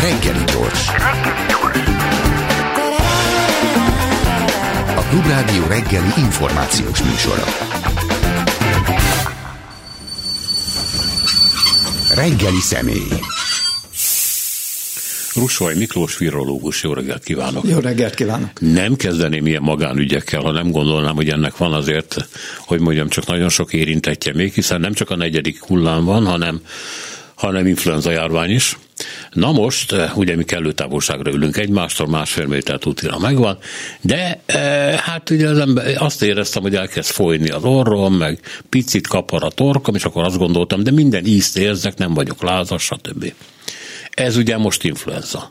Reggeli gyors. A Klubrádió reggeli információs műsora. Reggeli személy. Russoly Miklós virológus, jó reggelt kívánok! Jó reggelt kívánok! Nem kezdeném ilyen magánügyekkel, ha nem gondolnám, hogy ennek van azért, hogy mondjam, csak nagyon sok érintettje még, hiszen nem csak a 4. hullám van, hanem influenza járvány is. Na most, ugye mi kellő távolságra ülünk egymástól, 1,5 métert útira megvan, de hát ugye az ember, azt éreztem, hogy elkezd folyni az orrom, meg picit kapar a torkom, és akkor azt gondoltam, de minden ízt érzek, nem vagyok lázas, stb. Ez ugye most influenza.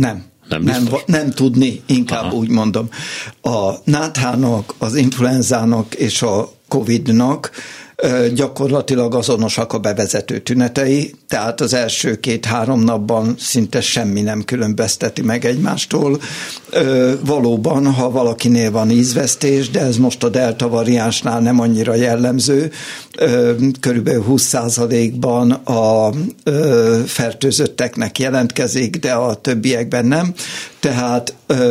Nem tudni, inkább úgy mondom. A náthának, az influenzának és a Covid-nak gyakorlatilag azonosak a bevezető tünetei, tehát az első 2-3 napban szinte semmi nem különbözteti meg egymástól. Valóban, ha valakinél van ízvesztés, de ez most a delta variánsnál nem annyira jellemző, körülbelül 20%-ban a fertőzötteknek jelentkezik, de a többiekben nem. Tehát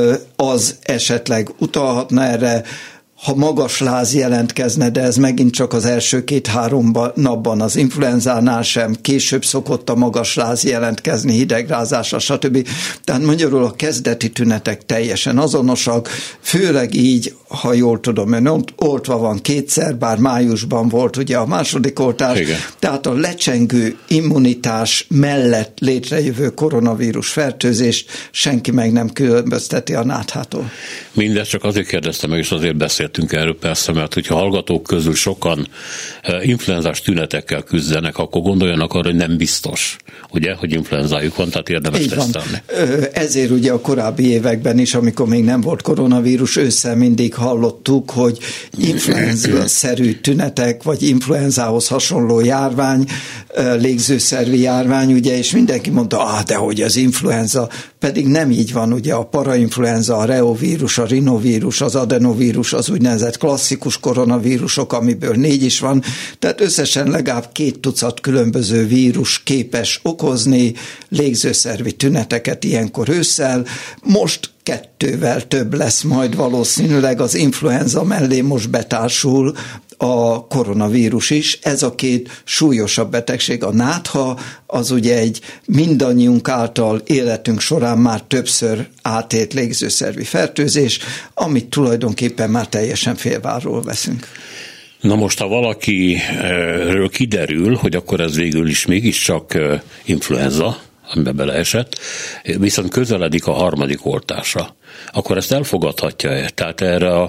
az esetleg utalhatna erre, ha magas láz jelentkezne, de ez megint csak az első 2-3 napban az influenzánál sem, később szokott a magas láz jelentkezni, hidegrázása, stb. Tehát magyarul a kezdeti tünetek teljesen azonosak, főleg így, ha jól tudom, ön oltva van 2-szer, bár májusban volt ugye a második oltás, igen. Tehát a lecsengő immunitás mellett létrejövő koronavírus fertőzést senki meg nem különbözteti a náthától. Mindezt csak azért kérdeztem meg, és azért beszéltünk erről persze, mert hogyha hallgatók közül sokan influenzás tünetekkel küzdenek, akkor gondoljanak arra, hogy nem biztos, ugye, hogy influenzájuk van, tehát érdemes tesztelni. Ezért ugye a korábbi években is, amikor még nem volt koronavírus, ősszel mindig hallottuk, hogy influenza-szerű tünetek, vagy influenzához hasonló járvány, légzőszervi járvány, ugye, és mindenki mondta, de hogy az influenza, pedig nem így van, ugye a parainfluenza, a reovírus, a rinovírus, az adenovírus, az úgynevezett klasszikus koronavírusok, amiből 4 is van, tehát összesen legalább 2 tucat különböző vírus képes okozni légzőszervi tüneteket ilyenkor ősszel. Most 2-vel több lesz majd valószínűleg, az influenza mellé most betársul a koronavírus is. Ez a 2 súlyosabb betegség. A nátha az ugye egy mindannyiunk által életünk során már többször átélt légzőszervi fertőzés, amit tulajdonképpen már teljesen félvárról veszünk. Na most, ha valakiről kiderül, hogy akkor ez végül is mégiscsak influenza, amiben beleesett, viszont közeledik a 3. oltásra, akkor ezt elfogadhatja-e? Tehát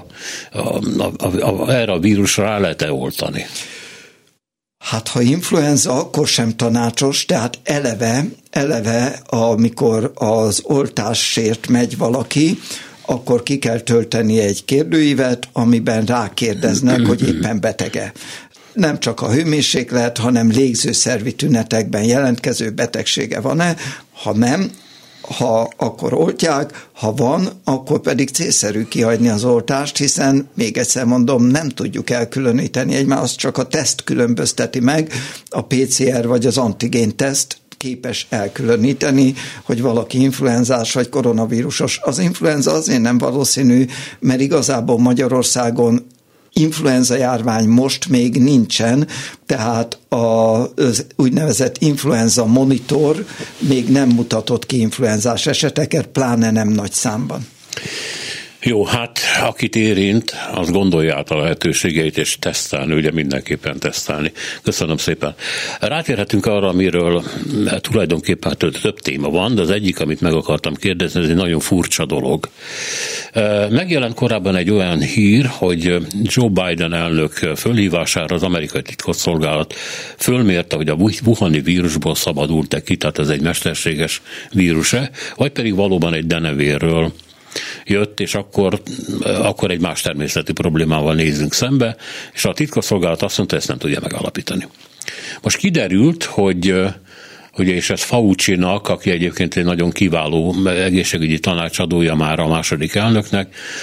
erre a vírusra rá lehet-e oltani? Hát ha influenza, akkor sem tanácsos, tehát eleve amikor az oltásért megy valaki, akkor ki kell tölteni egy kérdőívet, amiben rákérdeznek, hogy éppen betege. Nem csak a hőmérséklet, hanem légzőszervi tünetekben jelentkező betegsége van-e, ha nem, akkor oltják, ha van, akkor pedig célszerű kihagyni az oltást, hiszen még egyszer mondom, nem tudjuk elkülöníteni egymást, csak a teszt különbözteti meg, a PCR vagy az antigén teszt képes elkülöníteni, hogy valaki influenzás vagy koronavírusos. Az influenza azért nem valószínű, mert igazából Magyarországon influenza járvány most még nincsen, tehát az úgynevezett influenza monitor még nem mutatott ki influenzás eseteket, pláne nem nagy számban. Jó, hát akit érint, az gondolja át a lehetőségeit, és tesztelni, ugye mindenképpen tesztelni. Köszönöm szépen. Rátérhetünk arra, amiről tulajdonképpen több téma van, de az egyik, amit meg akartam kérdezni, ez egy nagyon furcsa dolog. Megjelent korábban egy olyan hír, hogy Joe Biden elnök fölhívására az amerikai titkosszolgálat fölmérte, hogy a wuhani vírusból szabadult-e ki, tehát ez egy mesterséges vírus-e, vagy pedig valóban egy denevérről jött, és akkor egy más természeti problémával nézzünk szembe, és a titkosszolgálat azt mondta, ezt nem tudja megállapítani. Most kiderült, hogy ugye, és ez Fauci-nak, aki egyébként egy nagyon kiváló egészségügyi tanácsadója már a második elnöknek,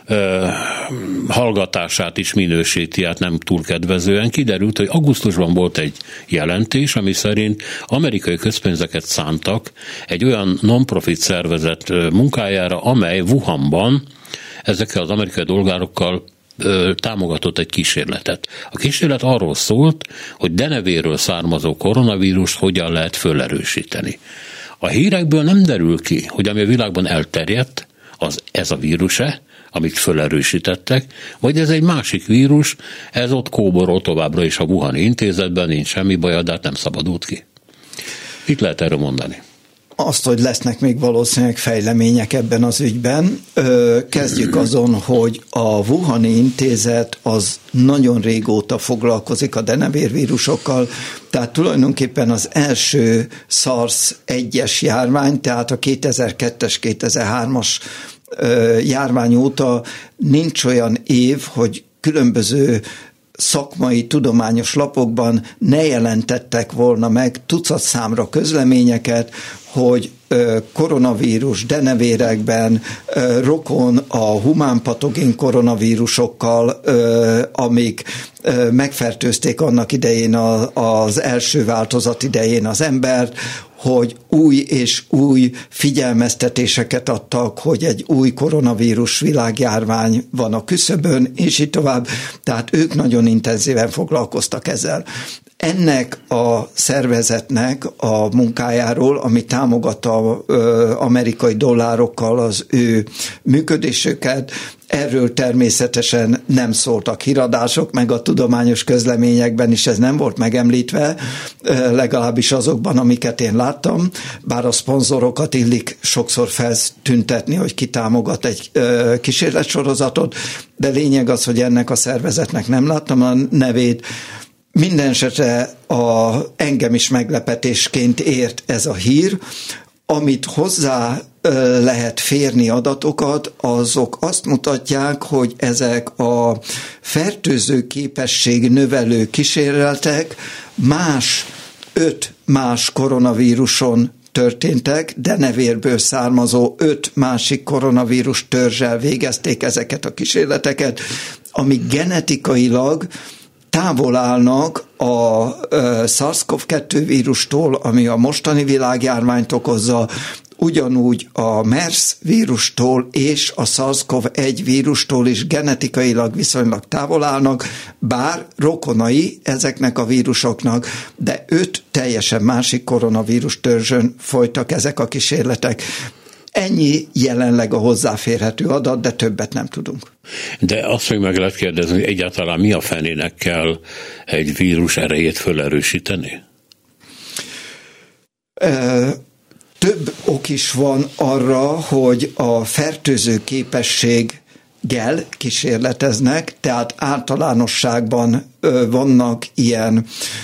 hallgatását is minősíti, hát nem túl kedvezően. Kiderült, hogy augusztusban volt egy jelentés, ami szerint amerikai közpénzeket szántak egy olyan non-profit szervezet munkájára, amely Wuhanban ezekkel az amerikai dolgárokkal támogatott egy kísérletet. A kísérlet arról szólt, hogy denevéről származó koronavírust hogyan lehet fölerősíteni. A hírekből nem derül ki, hogy ami a világban elterjedt, ez a vírus-e, amit fölerősítettek, vagy ez egy másik vírus, ez ott kóborol továbbra is a Wuhani intézetben, nincs semmi baj, de hát nem szabadult ki. Mit lehet erről mondani? Azt, hogy lesznek még valószínűleg fejlemények ebben az ügyben. Kezdjük azon, hogy a Wuhani intézet az nagyon régóta foglalkozik a denevérvírusokkal, tehát tulajdonképpen az első SARS 1-es járvány, tehát a 2002-es, 2003-as járvány óta nincs olyan év, hogy különböző szakmai, tudományos lapokban ne jelentettek volna meg tucat számra közleményeket, hogy koronavírus denevérekben rokon a humánpatogén koronavírusokkal, amik megfertőzték annak idején az első változat idején az embert, hogy új és új figyelmeztetéseket adtak, hogy egy új koronavírus világjárvány van a küszöbön, és így tovább. Tehát ők nagyon intenzíven foglalkoztak ezzel. Ennek a szervezetnek a munkájáról, ami támogatta amerikai dollárokkal az ő működésüket, erről természetesen nem szóltak híradások, meg a tudományos közleményekben is ez nem volt megemlítve, legalábbis azokban, amiket én láttam, bár a szponzorokat illik sokszor feltüntetni, hogy ki támogat egy kísérletsorozatot, de lényeg az, hogy ennek a szervezetnek nem láttam a nevét. Mindenesetre engem is meglepetésként ért ez a hír, amit hozzá lehet férni adatokat, azok azt mutatják, hogy ezek a fertőző képesség növelő kísérletek 5 más koronavíruson történtek, denevérből származó 5 másik koronavírus törzsel végezték ezeket a kísérleteket, amik genetikailag távol állnak a SARS-CoV-2 vírustól, ami a mostani világjárványt okozza, ugyanúgy a MERS vírustól és a SARS-CoV-1 vírustól is genetikailag viszonylag távol állnak, bár rokonai ezeknek a vírusoknak, de 5 teljesen másik koronavírus törzsön folytak ezek a kísérletek. Ennyi jelenleg a hozzáférhető adat, de többet nem tudunk. De azt még meg lehet kérdezni, hogy egyáltalán mi a fenének kell egy vírus erejét fölerősíteni? Több ok is van arra, hogy a fertőző képességgel kísérleteznek, tehát általánosságban vannak ilyen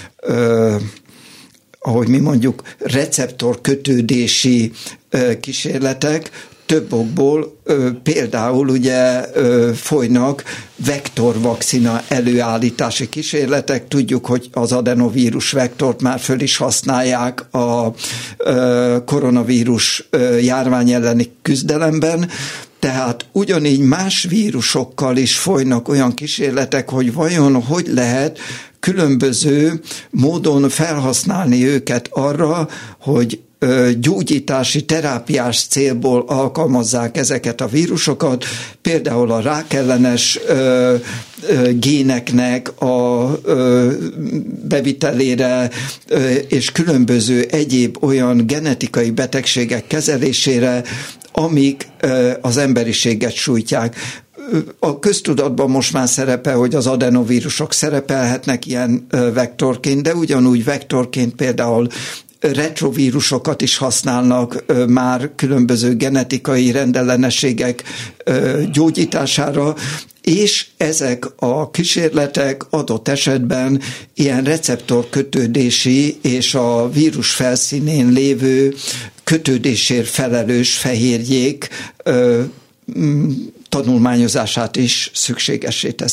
ahogy mi mondjuk, receptorkötődési kísérletek, több okból, például ugye folynak vektorvakcina előállítási kísérletek, tudjuk, hogy az adenovírus vektort már föl is használják a koronavírus járvány elleni küzdelemben, tehát ugyanígy más vírusokkal is folynak olyan kísérletek, hogy vajon hogy lehet különböző módon felhasználni őket arra, hogy gyógyítási, terápiás célból alkalmazzák ezeket a vírusokat, például a rákellenes géneknek a bevitelére és különböző egyéb olyan genetikai betegségek kezelésére, amik az emberiséget sújtják. A köztudatban most már szerepel, hogy az adenovírusok szerepelhetnek ilyen vektorként, de ugyanúgy vektorként például retrovírusokat is használnak már különböző genetikai rendellenességek gyógyítására, és ezek a kísérletek adott esetben ilyen receptorkötődési és a vírus felszínén lévő kötődésért felelős fehérjék tanulmányozását is szükségessé teszik.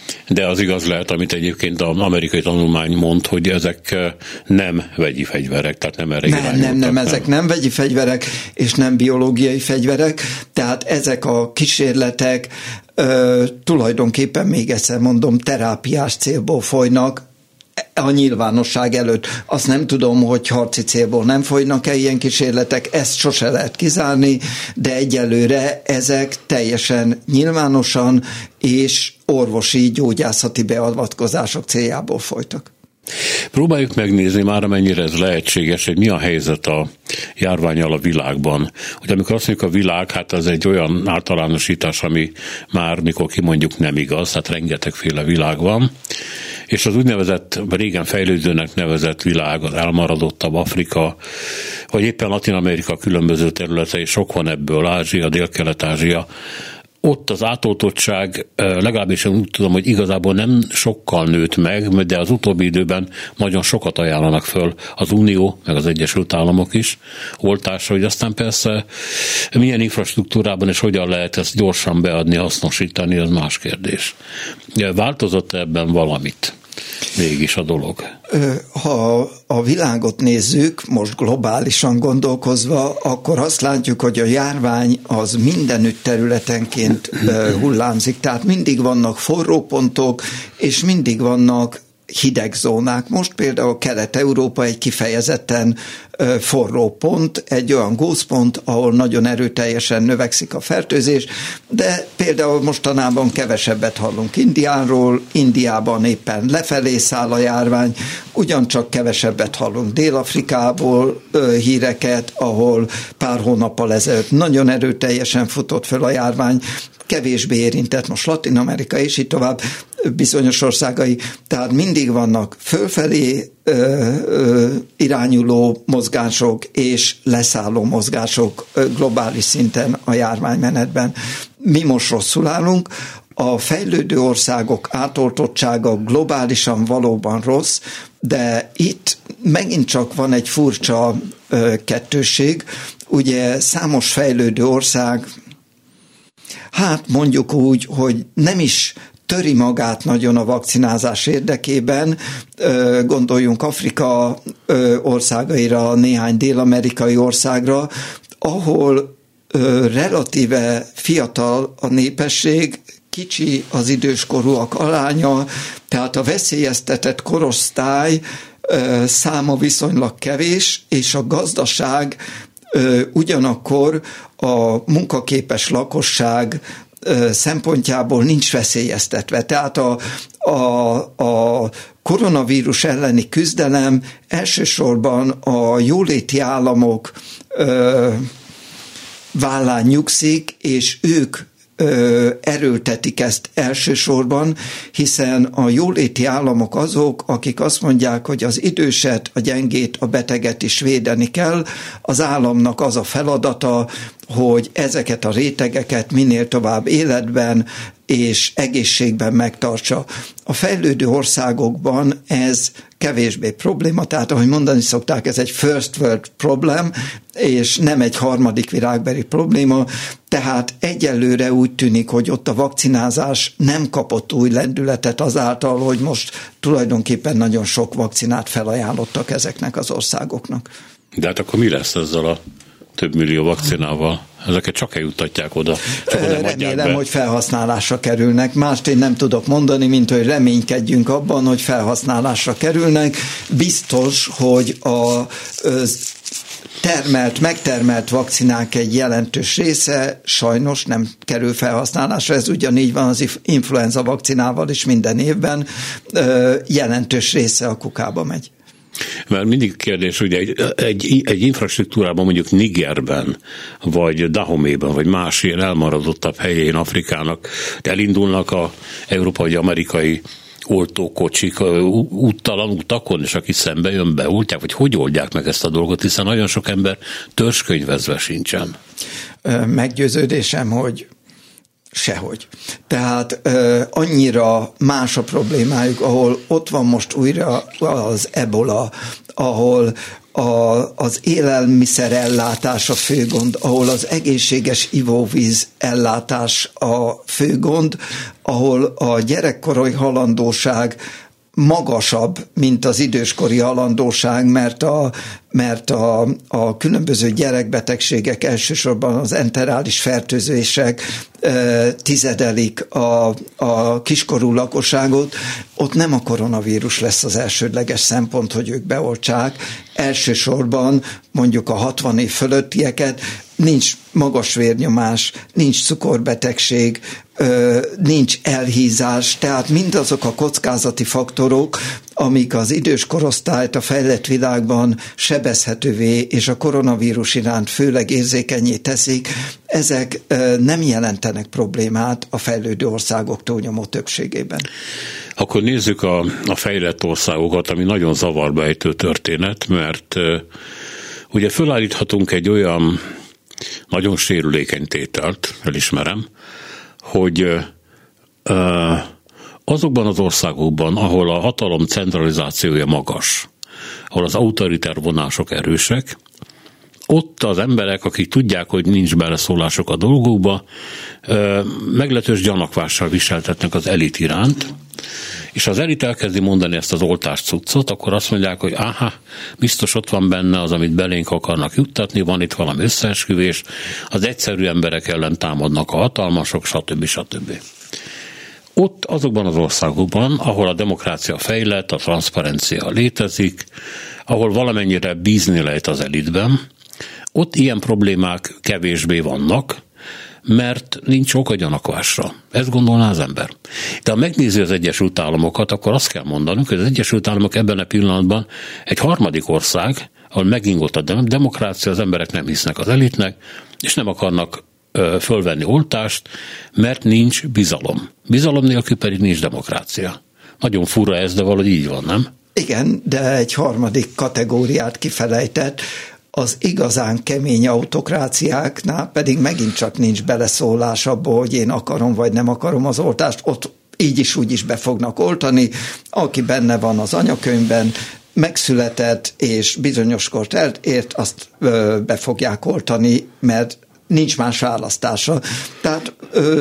De az igaz lehet, amit egyébként az amerikai tanulmány mond, hogy ezek nem vegyi fegyverek, tehát nem erre irányultak. Nem, ezek nem vegyi fegyverek, és nem biológiai fegyverek, tehát ezek a kísérletek tulajdonképpen, még egyszer mondom, terápiás célból folynak, a nyilvánosság előtt. Azt nem tudom, hogy harci célból nem folynak-e ilyen kísérletek, ezt sose lehet kizárni, de egyelőre ezek teljesen nyilvánosan és orvosi, gyógyászati beavatkozások céljából folytak. Próbáljuk megnézni már, amennyire ez lehetséges, hogy mi a helyzet a járvánnyal a világban. Hogy amikor azt mondjuk a világ, hát az egy olyan általánosítás, ami már mikor kimondjuk nem igaz, hát rengetegféle világ van, és az úgynevezett, régen fejlődőnek nevezett világ, az elmaradottabb Afrika, vagy éppen Latin-Amerika különböző területei, sok van ebből, Ázsia, Dél-Kelet-Ázsia, ott az átoltottság, legalábbis én úgy tudom, hogy igazából nem sokkal nőtt meg, de az utóbbi időben nagyon sokat ajánlanak föl az Unió, meg az Egyesült Államok is oltásra, hogy aztán persze milyen infrastruktúrában és hogyan lehet ezt gyorsan beadni, hasznosítani, az más kérdés. Változott ebben valamit? Mégis a dolog. Ha a világot nézzük, most globálisan gondolkozva, akkor azt látjuk, hogy a járvány az mindenütt területenként hullámzik. Tehát mindig vannak forró pontok, és mindig vannak hideg zónák. Most például Kelet-Európa egy kifejezetten forró pont, egy olyan gócpont, ahol nagyon erőteljesen növekszik a fertőzés, de például mostanában kevesebbet hallunk Indiáról, Indiában éppen lefelé száll a járvány, ugyancsak kevesebbet hallunk Dél-Afrikából híreket, ahol pár hónappal ezelőtt nagyon erőteljesen futott fel a járvány, kevésbé érintett most Latin-Amerika, és így tovább bizonyos országai, tehát mindig vannak fölfelé irányuló mozgások és leszálló mozgások globális szinten a járványmenetben. Mi most rosszul állunk, a fejlődő országok átoltottsága globálisan valóban rossz, de itt megint csak van egy furcsa kettősség. Ugye számos fejlődő ország, hát mondjuk úgy, hogy nem is töri magát nagyon a vakcinázás érdekében, gondoljunk Afrika országaira, néhány dél-amerikai országra, ahol relatíve fiatal a népesség, kicsi az időskorúak aránya, tehát a veszélyeztetett korosztály száma viszonylag kevés, és a gazdaság ugyanakkor a munkaképes lakosság szempontjából nincs veszélyeztetve. Tehát a koronavírus elleni küzdelem elsősorban a jóléti államok vállán nyugszik, és ők erőltetik ezt elsősorban, hiszen a jóléti államok azok, akik azt mondják, hogy az időset, a gyengét, a beteget is védeni kell. Az államnak az a feladata, hogy ezeket a rétegeket minél tovább életben és egészségben megtartsa. A fejlődő országokban ez kevésbé probléma, tehát ahogy mondani szokták, ez egy first world problem, és nem egy harmadik világbeli probléma, tehát egyelőre úgy tűnik, hogy ott a vakcinázás nem kapott új lendületet azáltal, hogy most tulajdonképpen nagyon sok vakcinát felajánlottak ezeknek az országoknak. De hát akkor mi lesz ezzel a több millió vakcinával? Ezeket csak eljuttatják oda. Remélem, hogy felhasználásra kerülnek. Mást én nem tudok mondani, mint hogy reménykedjünk abban, hogy felhasználásra kerülnek. Biztos, hogy a megtermelt vakcinák egy jelentős része sajnos nem kerül felhasználásra. Ez ugyanígy van az influenza vakcinával is minden évben. Jelentős része a kukába megy. Mert mindig kérdés, ugye egy infrastruktúrában, mondjuk Nigerben, vagy Dahoméban, vagy más ilyen elmaradottabb helyén Afrikának elindulnak a európai vagy amerikai oltókocsik úttalan utakon, és aki szembe jön, beoltják, vagy hogy oldják meg ezt a dolgot, hiszen nagyon sok ember törzskönyvezve sincsen. Meggyőződésem, hogy Sehogy. Tehát annyira más a problémájuk, ahol ott van most újra az ebola, ahol az élelmiszer ellátás a fő gond, ahol az egészséges ivóvíz ellátás a fő gond, ahol a gyerekkori halandóság magasabb, mint az időskori halandóság, mert a különböző gyerekbetegségek, elsősorban az enterális fertőzések tizedelik a kiskorú lakosságot. Ott nem a koronavírus lesz az elsődleges szempont, hogy ők beoltsák. Elsősorban mondjuk a 60 év fölöttieket, nincs magas vérnyomás, nincs cukorbetegség, nincs elhízás, tehát mindazok a kockázati faktorok, amik az idős korosztályt a fejlett világban sebezhetővé és a koronavírus iránt főleg érzékenyé teszik, ezek nem jelentenek problémát a fejlődő országok túlnyomó többségében. Akkor nézzük a fejlett országokat, ami nagyon zavarba ejtő történet, mert ugye fölállíthatunk egy olyan nagyon sérülékeny tételt, elismerem, hogy azokban az országokban, ahol a hatalom centralizációja magas, ahol az autoritár vonások erősek, ott az emberek, akik tudják, hogy nincs beleszólások a dolgokba, meglehetős gyanakvással viseltetnek az elit iránt, és ha az elit elkezdi mondani ezt az oltás cuccot, akkor azt mondják, hogy biztos ott van benne az, amit belénk akarnak juttatni, van itt valami összeesküvés, az egyszerű emberek ellen támadnak a hatalmasok, stb. Ott azokban az országokban, ahol a demokrácia fejlett, a transzparencia létezik, ahol valamennyire bízni lehet az elitben, ott ilyen problémák kevésbé vannak, mert nincs ok a gyanakvásra. Ezt gondolná az ember. De ha megnézi az Egyesült Államokat, akkor azt kell mondanunk, hogy az Egyesült Államok ebben a pillanatban egy harmadik ország, ahol megingott a demokrácia, az emberek nem hisznek az elitnek, és nem akarnak fölvenni oltást, mert nincs bizalom. Bizalom nélkül pedig nincs demokrácia. Nagyon fura ez, de valahogy így van, nem? Igen, de egy harmadik kategóriát kifelejtett, az igazán kemény autokráciáknál pedig megint csak nincs beleszólás abból, hogy én akarom vagy nem akarom az oltást, ott így is úgy is be fognak oltani, aki benne van az anyakönyvben, megszületett és bizonyos kort elért, azt be fogják oltani, mert nincs más választása. Tehát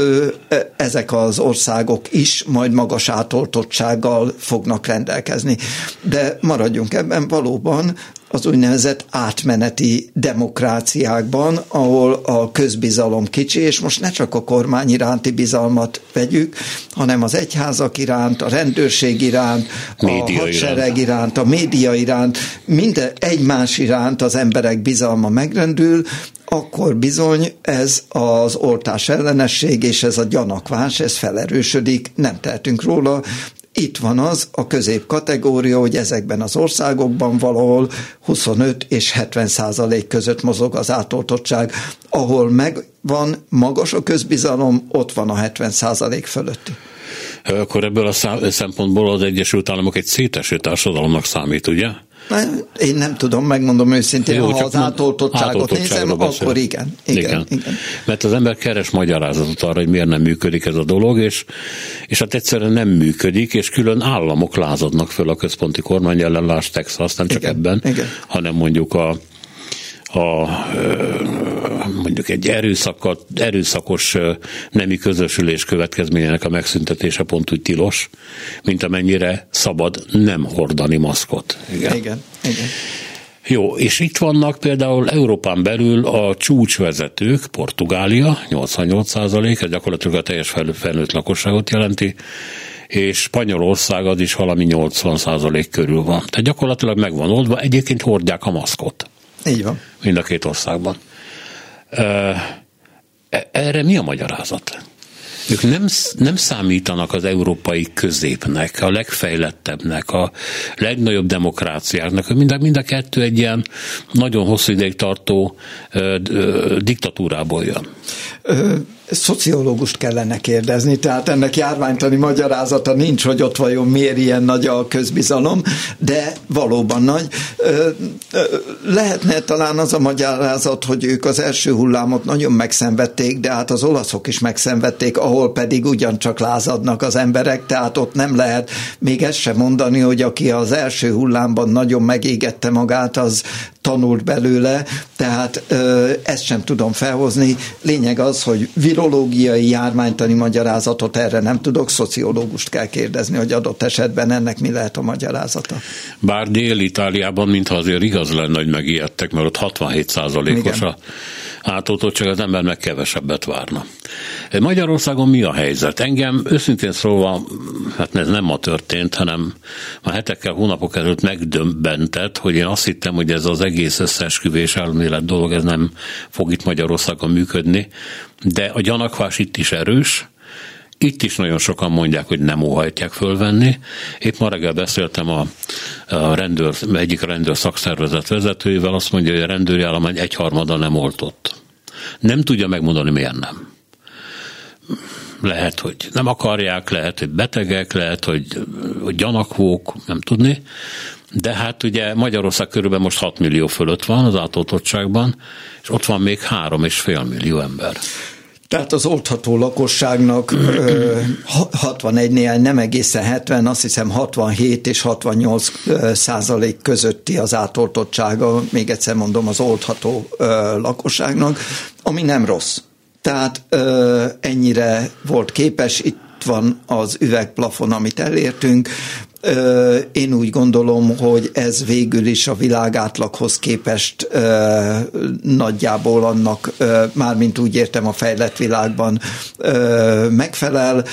ezek az országok is majd magas átoltottsággal fognak rendelkezni. De maradjunk ebben, valóban az úgynevezett átmeneti demokráciákban, ahol a közbizalom kicsi, és most ne csak a kormány iránti bizalmat vegyük, hanem az egyházak iránt, a rendőrség iránt, média a hadsereg iránt, a média iránt, minden egymás iránt az emberek bizalma megrendül, akkor bizony ez az oltás ellenesség és ez a gyanakvás, ez felerősödik, nem tehetünk róla. Itt van az a középkategória, hogy ezekben az országokban valahol 25 és 70% között mozog az átoltottság, ahol megvan magas a közbizalom, ott van a 70% fölötti. Akkor ebből a szempontból az Egyesült Államok egy széteső társadalomnak számít, ugye? Én nem tudom, megmondom őszintén, ha az átoltottságot nézem, akkor igen. Mert az ember keres magyarázatot arra, hogy miért nem működik ez a dolog, és hát egyszerűen nem működik, és külön államok lázadnak föl a központi kormány ellen, lásd Texas, nem csak ebben, hanem mondjuk mondjuk egy erőszakos nemi közösülés következményének a megszüntetése pont úgy tilos, mint amennyire szabad nem hordani maszkot. Igen. Jó, és itt vannak például Európán belül a csúcsvezetők, Portugália, 88%, ez gyakorlatilag a teljes felnőtt lakosságot jelenti, és Spanyolország az is valami 80% körül van. Tehát gyakorlatilag meg van oldva, egyébként hordják a maszkot. Így van. Mind a két országban. Erre mi a magyarázat? Ők nem számítanak az európai középnek, a legfejlettebbnek, a legnagyobb demokráciáknak. Mind a kettő egy ilyen nagyon hosszú ideig tartó diktatúrából jön. szociológust kellene kérdezni, tehát ennek járványtani magyarázata nincs, hogy ott vajon miért ilyen nagy a közbizalom, de valóban nagy. Lehetne talán az a magyarázat, hogy ők az első hullámot nagyon megszenvedték, de hát az olaszok is megszenvedték, ahol pedig ugyancsak lázadnak az emberek, tehát ott nem lehet még ezt sem mondani, hogy aki az első hullámban nagyon megégette magát, az tanult belőle, tehát ezt sem tudom felhozni. Lényeg az, hogy virológiai, járványtani magyarázatot erre nem tudok, szociológust kell kérdezni, hogy adott esetben ennek mi lehet a magyarázata. Bár Dél-Itáliában mintha azért igaz lenne, hogy megijedtek, mert ott 67%-os a átoltottság, az ember meg kevesebbet várna. Magyarországon mi a helyzet? Engem őszintén szólva, hát ez nem ma történt, hanem már hetekkel, hónapok előtt megdöbbentett, hogy én azt hittem, hogy ez az egész összeesküvés elmélet dolog, ez nem fog itt Magyarországon működni, de a gyanakvás itt is erős. Itt is nagyon sokan mondják, hogy nem óhajtják fölvenni. Épp ma reggel beszéltem egyik rendőr szakszervezet vezetőjével, azt mondja, hogy a rendőri állomány 1/3 nem oltott. Nem tudja megmondani, miért nem. Lehet, hogy nem akarják, lehet, hogy betegek, lehet, hogy gyanakvók, nem tudni. De hát ugye Magyarország körülbelül most 6 millió fölött van az átoltottságban, és ott van még 3,5 millió ember. Tehát az oltható lakosságnak 61 néhány, nem egészen 70, azt hiszem 67 és 68% közötti az átoltottsága, még egyszer mondom, az oltható lakosságnak, ami nem rossz. Tehát ennyire volt képes, itt van az üvegplafon, amit elértünk. Én úgy gondolom, hogy ez végül is a világátlaghoz képest nagyjából annak, mármint úgy értem a fejlett világban megfelel.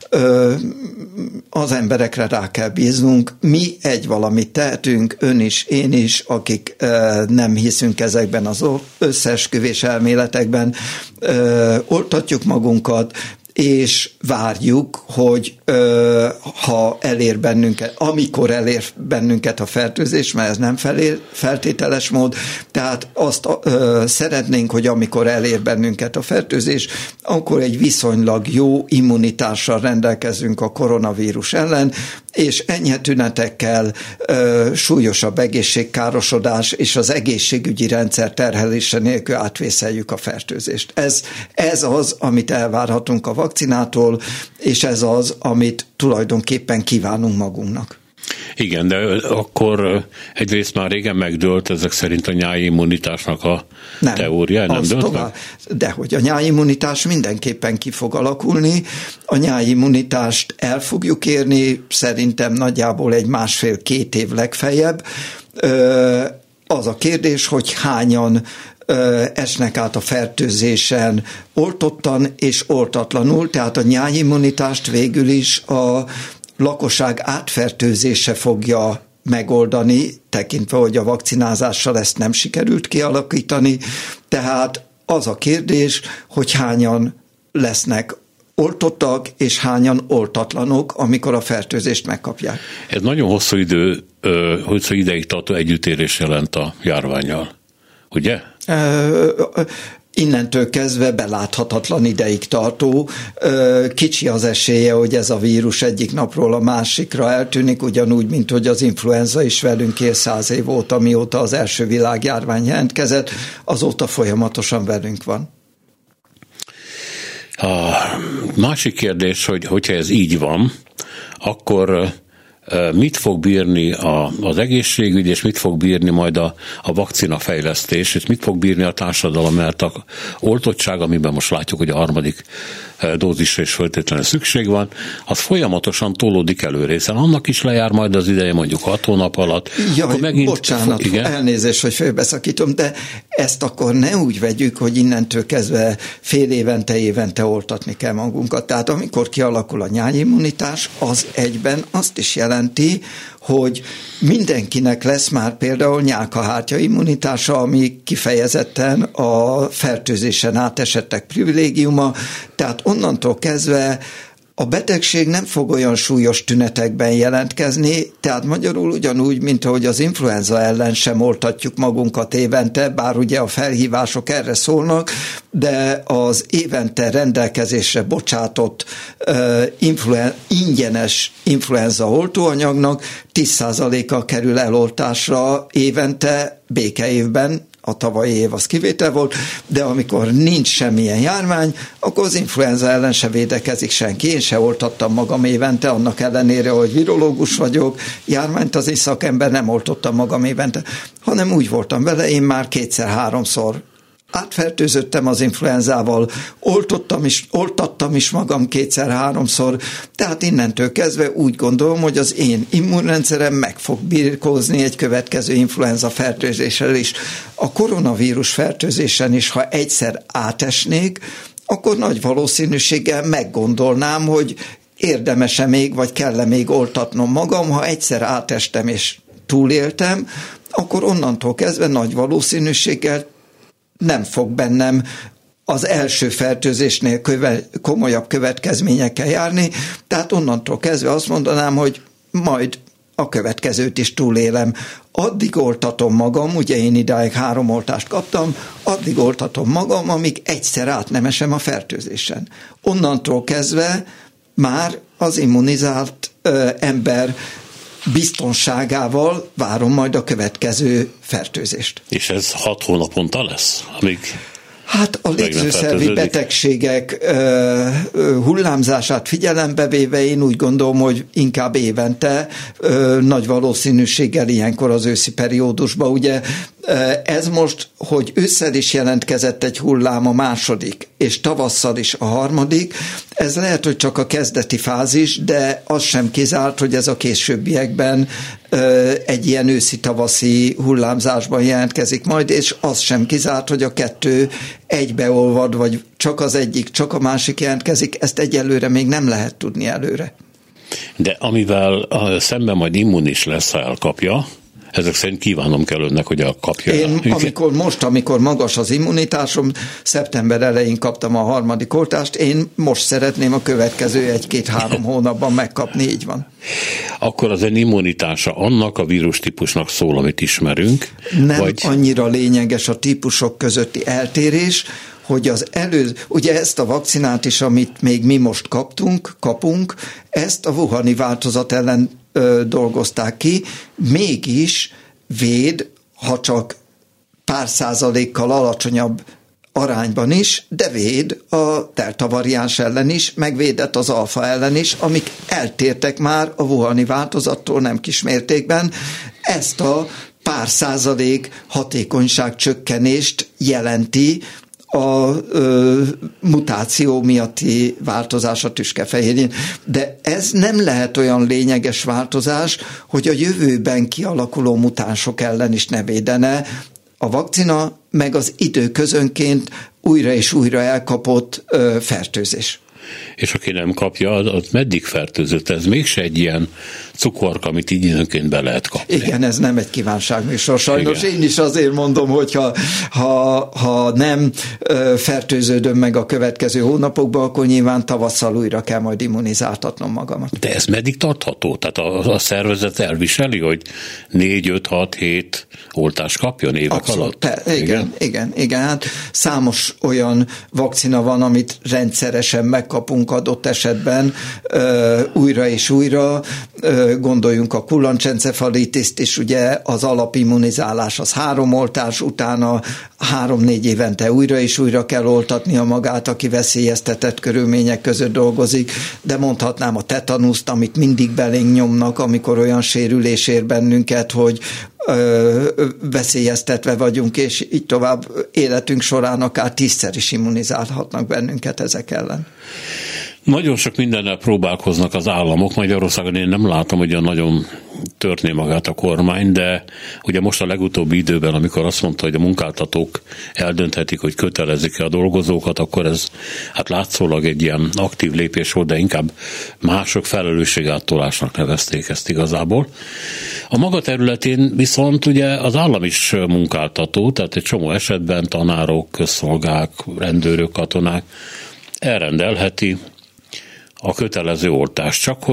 Az emberekre rá kell bíznunk. Mi valamit tehetünk, ön is, én is, akik nem hiszünk ezekben az összeesküvés elméletekben, oltatjuk magunkat, és várjuk, hogy ha elér bennünket, amikor elér bennünket a fertőzés, mert ez nem feltételes mód, tehát azt szeretnénk, hogy amikor elér bennünket a fertőzés, akkor egy viszonylag jó immunitással rendelkezünk a koronavírus ellen, és enyhe tünetekkel súlyosabb egészségkárosodás és az egészségügyi rendszer terhelése nélkül átvészeljük a fertőzést. Ez az, amit elvárhatunk a vakcinától, és ez az, amit tulajdonképpen kívánunk magunknak. Igen, de akkor egyrészt már régen megdőlt ezek szerint a nyári immunitásnak a teória, nem dőlt meg? Dehogy a nyári immunitás mindenképpen ki fog alakulni. A nyári immunitást el fogjuk érni, szerintem nagyjából egy 1,5-2 év legfeljebb. Az a kérdés, hogy hányan esnek át a fertőzésen oltottan és oltatlanul, tehát a nyárimmunitást végül is a lakosság átfertőzése fogja megoldani, tekintve, hogy a vakcinázással ezt nem sikerült kialakítani. Tehát az a kérdés, hogy hányan lesznek oltottak, és hányan oltatlanok, amikor a fertőzést megkapják. Ez nagyon hosszú ideig tartó együttérés jelent a járvánnyal, ugye? Innentől kezdve beláthatatlan ideig tartó. Kicsi az esélye, hogy ez a vírus egyik napról a másikra eltűnik, ugyanúgy, mint hogy az influenza is velünk él 100 év óta, mióta az első világjárvány jelentkezett, azóta folyamatosan velünk van. A másik kérdés, hogyha ez így van, akkor mit fog bírni az egészségügy, és mit fog bírni majd a vakcinafejlesztés, és mit fog bírni a társadalom, mert a oltottság, amiben most látjuk, hogy a 3. dózisra is feltétlenül szükség van, az folyamatosan tolódik előre, hiszen annak is lejár majd az ideje mondjuk 6 hónap alatt. Jaj, megint, bocsánat, elnézést, hogy félbeszakítom, de ezt akkor ne úgy vegyük, hogy innentől kezdve fél évente oltatni kell magunkat. Tehát amikor kialakul a nyárimmunitás, az egyben azt is jelenti, hogy mindenkinek lesz már például nyálkahártya immunitása, ami kifejezetten a fertőzésen átesettek privilégiuma, tehát onnantól kezdve a betegség nem fog olyan súlyos tünetekben jelentkezni, tehát magyarul ugyanúgy, mint ahogy az influenza ellen sem oltatjuk magunkat évente, bár ugye a felhívások erre szólnak, de az évente rendelkezésre bocsátott ingyenes influenza oltóanyagnak 10%-a kerül eloltásra évente békeévben, a tavalyi év az kivétel volt, de amikor nincs semmilyen járvány, akkor az influenza ellen se védekezik senki. Én se oltattam magam évente, annak ellenére, hogy virológus vagyok, járványt az szakember nem oltottam magam évente, hanem úgy voltam vele, én már 2-3-szor átfertőzöttem az influenzával, oltattam is magam 2-3-szor, tehát innentől kezdve úgy gondolom, hogy az én immunrendszerem meg fog birkózni egy következő influenza fertőzéssel is. A koronavírus fertőzésen is, ha egyszer átesnék, akkor nagy valószínűséggel meggondolnám, hogy érdemese még, vagy kell-e még oltatnom magam. Ha egyszer átestem és túléltem, akkor onnantól kezdve nagy valószínűséggel nem fog bennem az első fertőzésnél komolyabb következményekkel járni, tehát onnantól kezdve azt mondanám, hogy majd a következőt is túlélem. Addig oltatom magam, ugye én idáig 3 oltást kaptam, addig oltatom magam, amíg egyszer át nem esem a fertőzésen. Onnantól kezdve már az immunizált ember biztonságával várom majd a következő fertőzést. És ez 6 hónaponta lesz? Amíg hát a légzőszervi betegségek hullámzását figyelembe véve én úgy gondolom, hogy inkább évente nagy valószínűséggel ilyenkor az őszi periódusban. Ugye ez most, hogy ősszel is jelentkezett egy hullám a második, és tavasszal is a harmadik, ez lehet, hogy csak a kezdeti fázis, de az sem kizárt, hogy ez a későbbiekben egy ilyen őszi-tavaszi hullámzásban jelentkezik majd, és az sem kizárt, hogy a kettő egybeolvad, vagy csak az egyik, csak a másik jelentkezik, ezt egyelőre még nem lehet tudni előre. De amivel szemben majd immunis lesz, ha elkapja, ezek szerint kívánom kell önnek, hogy elkapja. Én amikor magas az immunitásom, szeptember elején kaptam a 3. oltást, én most szeretném a következő 1-2-3 hónapban megkapni, így van. Akkor az ön immunitása annak a vírustípusnak szól, amit ismerünk? Nem annyira lényeges a típusok közötti eltérés, hogy ugye ezt a vakcinát is, amit még mi most kapunk, ezt a wuhani változat ellen dolgozták ki, mégis véd, ha csak pár százalékkal alacsonyabb arányban is, de véd a delta variáns ellen is, megvédett az alfa ellen is, amik eltértek már a wuhani változattól nem kismértékben. Ezt a pár százalék hatékonyság csökkenést jelenti a mutáció miatti változás a tüskefehérjén. De ez nem lehet olyan lényeges változás, hogy a jövőben kialakuló mutánsok ellen is ne védene. A vakcina meg az időközönként újra és újra elkapott fertőzés. És aki nem kapja, az meddig fertőzött? Ez mégse egy ilyen cukorka, amit így időnként be lehet kapni. Igen, ez nem egy kívánságműsor. Sajnos igen. Én is azért mondom, hogy ha nem fertőződöm meg a következő hónapokban, akkor nyilván tavasszal újra kell majd immunizáltatnom magamat. De ez meddig tartható? Tehát a szervezet elviseli, hogy 4-5-6-7 oltást kapjon évek abszolút, alatt? Igen. Hát számos olyan vakcina van, amit rendszeresen megkapunk adott esetben újra és újra. Gondoljunk a kullancsencefalitiszt is, ugye az alapimmunizálás az 3 oltás, utána 3-4 évente újra és újra kell oltatnia magát, aki veszélyeztetett körülmények között dolgozik, de mondhatnám a tetanuszt, amit mindig belénk nyomnak, amikor olyan sérülés ér bennünket, hogy veszélyeztetve vagyunk, és így tovább életünk során akár 10-szer is immunizálhatnak bennünket ezek ellen. Nagyon sok mindennel próbálkoznak az államok. Magyarországon én nem látom, hogy nagyon törné magát a kormány, de ugye most a legutóbbi időben, amikor azt mondta, hogy a munkáltatók eldönthetik, hogy kötelezik-e a dolgozókat, akkor ez hát látszólag egy ilyen aktív lépés volt, de inkább mások felelősségáttolásnak nevezték ezt igazából. A maga területén viszont ugye az állam is munkáltató, tehát egy csomó esetben tanárok, közszolgák, rendőrök, katonák elrendelheti a kötelező oltást, csak hogy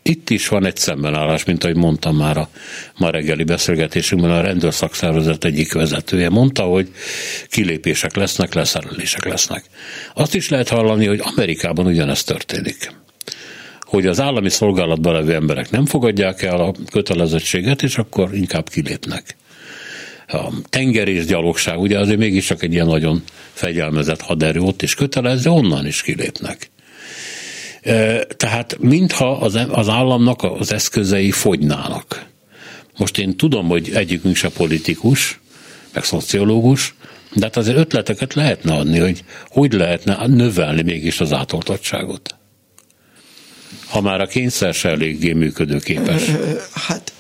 itt is van egy szembenállás, mint ahogy mondtam már a ma reggeli beszélgetésünkben, a rendőrszakszervezet egyik vezetője mondta, hogy kilépések lesznek, leszerelések lesznek. Azt is lehet hallani, hogy Amerikában ugyanezt történik. Hogy az állami szolgálatban levő emberek nem fogadják el a kötelezettséget, és akkor inkább kilépnek. A tengerészgyalogság, ugye azért mégiscsak egy ilyen nagyon fegyelmezett haderő, ott is kötelező, onnan is kilépnek. Tehát mintha az államnak az eszközei fogynának. Most én tudom, hogy egyikünk se politikus, meg szociológus, de hát azért ötleteket lehetne adni, hogy lehetne növelni mégis az átoltottságot. Ha már a kényszer se eléggé működőképes. Hát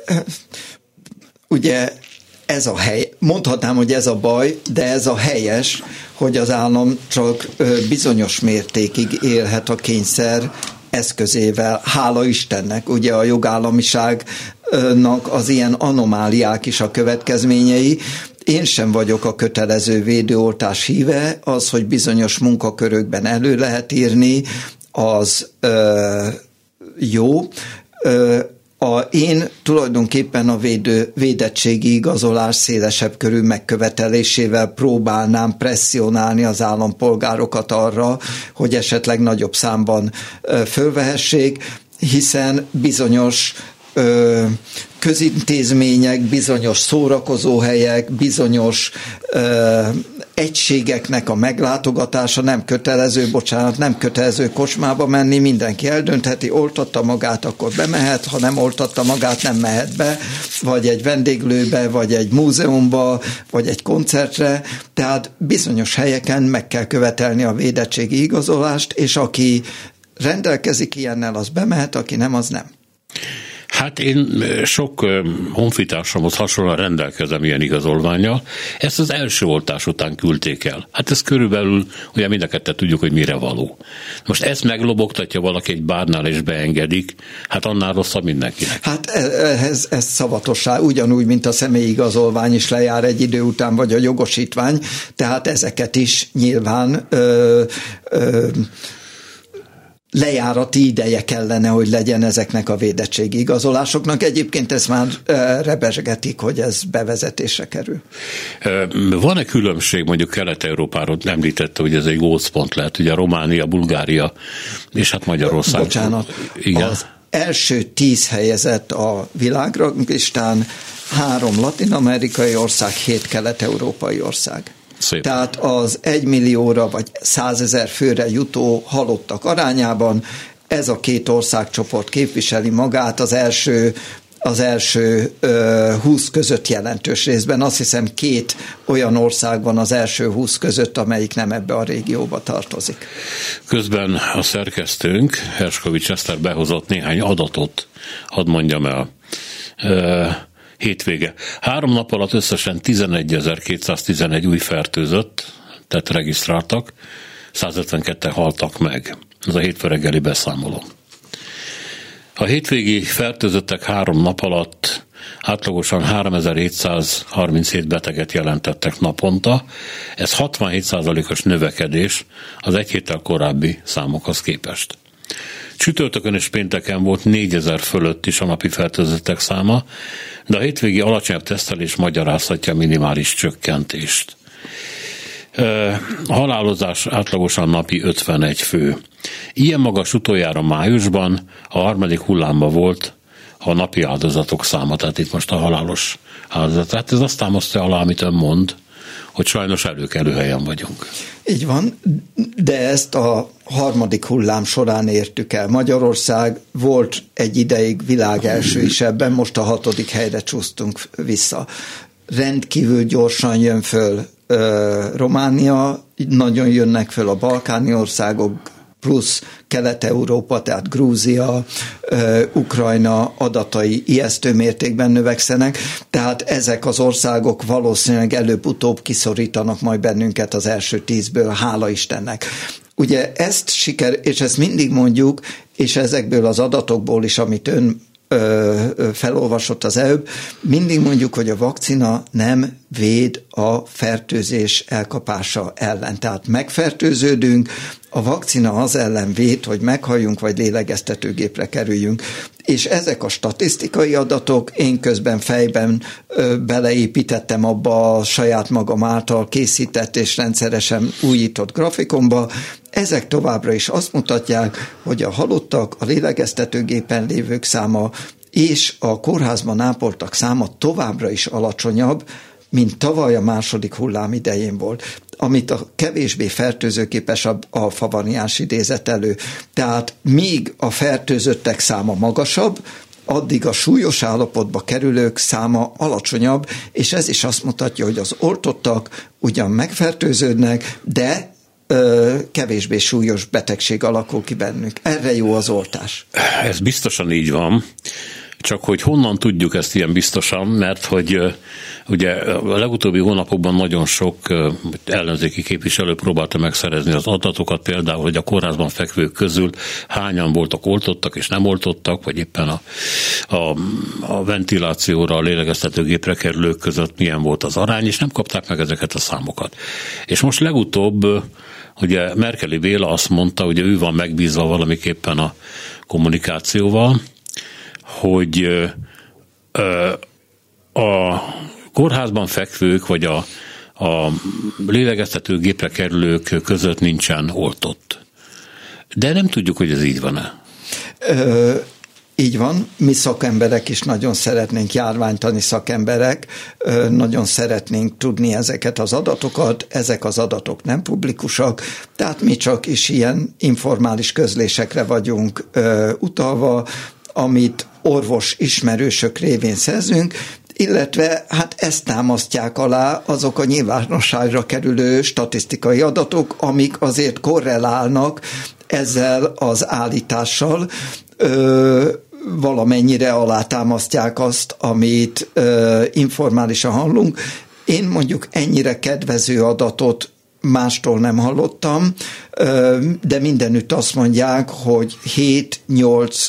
ugye ez a mondhatnám, hogy ez a baj, de ez a helyes, hogy az állam csak bizonyos mértékig élhet a kényszer eszközével. Hála Istennek, ugye a jogállamiságnak az ilyen anomáliák is a következményei. Én sem vagyok a kötelező védőoltás híve, az, hogy bizonyos munkakörökben elő lehet írni, az jó. Én tulajdonképpen a védettségi igazolás szélesebb körű megkövetelésével próbálnám presszionálni az állampolgárokat arra, hogy esetleg nagyobb számban fölvehessék, hiszen bizonyos közintézmények, bizonyos szórakozóhelyek, bizonyos egységeknek a meglátogatása nem kötelező kocsmába menni, mindenki eldöntheti, oltatta magát, akkor bemehet, ha nem oltatta magát, nem mehet be, vagy egy vendéglőbe, vagy egy múzeumba, vagy egy koncertre, tehát bizonyos helyeken meg kell követelni a védettségi igazolást, és aki rendelkezik ilyennel, az bemehet, aki nem, az nem. Hát én sok honfitársamhoz hasonlóan rendelkezem ilyen igazolvánnyal. Ezt az első oltás után küldték el. Hát ez körülbelül, ugye mind a ketten tudjuk, hogy mire való. Most ezt meglobogtatja valaki egy bárnál és beengedik, hát annál rosszabb mindenkinek. Hát ez szavatosság, ugyanúgy, mint a személyi igazolvány is lejár egy idő után, vagy a jogosítvány, tehát ezeket is nyilván lejárati ideje kellene, hogy legyen ezeknek a védettségi igazolásoknak. Egyébként ezt már rebesgetik, hogy ez bevezetésre kerül. Van-e különbség mondjuk Kelet-Európáról? Említette, hogy ez egy gócpont lehet, ugye Románia, Bulgária és hát Magyarország. Bocsánat, igen. Az első 10 helyezett a világlistán 3 latin-amerikai ország, 7 kelet-európai ország. Szép. Tehát az 1 millióra vagy 100 000 főre jutó halottak arányában ez a 2 országcsoport képviseli magát az első 20 között jelentős részben. Azt hiszem 2 olyan ország van az első 20 között, amelyik nem ebbe a régióba tartozik. Közben a szerkesztőnk, Herskovics Eszter behozott néhány adatot, hadd mondjam el. Hétvége. 3 nap alatt összesen 11.211 új fertőzött, tehát regisztráltak, 152-en haltak meg. Ez a hétfő reggeli beszámoló. A hétvégi fertőzöttek 3 nap alatt átlagosan 3737 beteget jelentettek naponta. Ez 67%-os növekedés az egy héttel korábbi számokhoz képest. Csütörtökön és pénteken volt 4000 fölött is a napi fertőzöttek száma, de a hétvégi alacsonyabb tesztelés magyarázhatja a minimális csökkentést. A halálozás átlagosan napi 51 fő. Ilyen magas utoljára májusban, a 3. hullámban volt a napi áldozatok száma, tehát itt most a halálos áldozat. Tehát ez azt támasztja alá, amit ön mond, hogy sajnos előkelő helyen vagyunk. Így van, de ezt a 3. hullám során értük el. Magyarország volt egy ideig világelső is ebben, most a 6. helyre csúsztunk vissza. Rendkívül gyorsan jön föl Románia, nagyon jönnek föl a balkáni országok, plusz Kelet-Európa, tehát Grúzia, Ukrajna adatai ijesztő mértékben növekszenek, tehát ezek az országok valószínűleg előbb-utóbb kiszorítanak majd bennünket az első 10-ből, hála Istennek. Ugye és ezt mindig mondjuk, és ezekből az adatokból is, amit ön felolvasott az előbb, mindig mondjuk, hogy a vakcina nem véd a fertőzés elkapása ellen. Tehát megfertőződünk, a vakcina az ellen véd, hogy meghalljunk, vagy lélegeztetőgépre kerüljünk. És ezek a statisztikai adatok, én közben fejben beleépítettem abba a saját magam által készített és rendszeresen újított grafikonba, ezek továbbra is azt mutatják, hogy a halottak, a lélegeztetőgépen lévők száma és a kórházban ápoltak száma továbbra is alacsonyabb, mint tavaly a második hullám idején volt, amit a kevésbé fertőzőképes alfa variáns idézett elő. Tehát míg a fertőzöttek száma magasabb, addig a súlyos állapotba kerülők száma alacsonyabb, és ez is azt mutatja, hogy az oltottak ugyan megfertőződnek, de kevésbé súlyos betegség alakul ki bennük. Erre jó az oltás. Ez biztosan így van. Csak hogy honnan tudjuk ezt ilyen biztosan, mert hogy ugye a legutóbbi hónapokban nagyon sok ellenzéki képviselő próbálta megszerezni az adatokat, például, hogy a kórházban fekvők közül hányan voltak oltottak és nem oltottak, vagy éppen a ventilációra, a lélegeztetőgépre kerülők között milyen volt az arány, és nem kapták meg ezeket a számokat. És most legutóbb ugye Merkeli Béla azt mondta, hogy ő van megbízva valamiképpen a kommunikációval, hogy a kórházban fekvők, vagy a lélegeztetőgépre kerülők között nincsen oltott. De nem tudjuk, hogy ez így van-e. Így van, mi szakemberek is nagyon szeretnénk, járványtani szakemberek, nagyon szeretnénk tudni ezeket az adatokat, ezek az adatok nem publikusak, tehát mi csak is ilyen informális közlésekre vagyunk utalva, amit orvos ismerősök révén szerzünk, illetve hát ezt támasztják alá azok a nyilvánosságra kerülő statisztikai adatok, amik azért korrelálnak ezzel az állítással, valamennyire alátámasztják azt, amit informálisan hallunk. Én mondjuk ennyire kedvező adatot mástól nem hallottam, de mindenütt azt mondják, hogy 7-8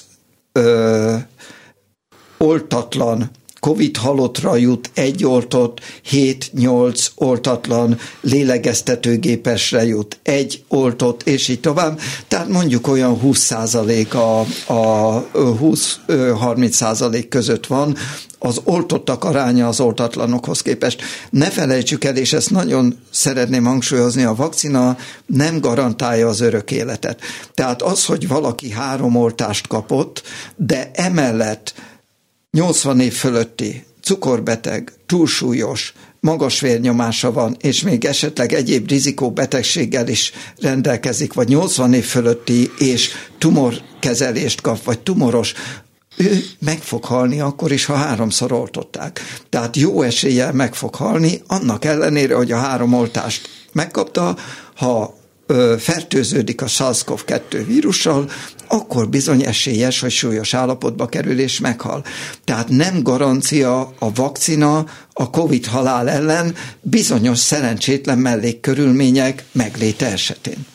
oltatlan Covid halottra jut egy oltott, 7-8 oltatlan lélegeztetőgépesre jut egy oltott, és így tovább. Tehát mondjuk olyan 20% a 20-30% között van az oltottak aránya az oltatlanokhoz képest. Ne felejtsük el, és ezt nagyon szeretném hangsúlyozni, a vakcina nem garantálja az örök életet. Tehát az, hogy valaki 3 oltást kapott, de emellett 80 év fölötti, cukorbeteg, túlsúlyos, magas vérnyomása van, és még esetleg egyéb rizikóbetegséggel is rendelkezik, vagy 80 év fölötti, és tumorkezelést kap, vagy tumoros, ő meg fog halni akkor is, ha 3-szor oltották. Tehát jó eséllyel meg fog halni, annak ellenére, hogy a 3 oltást megkapta, ha fertőződik a SARS-CoV-2 vírussal, akkor bizony esélyes, hogy súlyos állapotba kerül és meghal. Tehát nem garancia a vakcina a Covid halál ellen bizonyos szerencsétlen mellékkörülmények megléte esetén.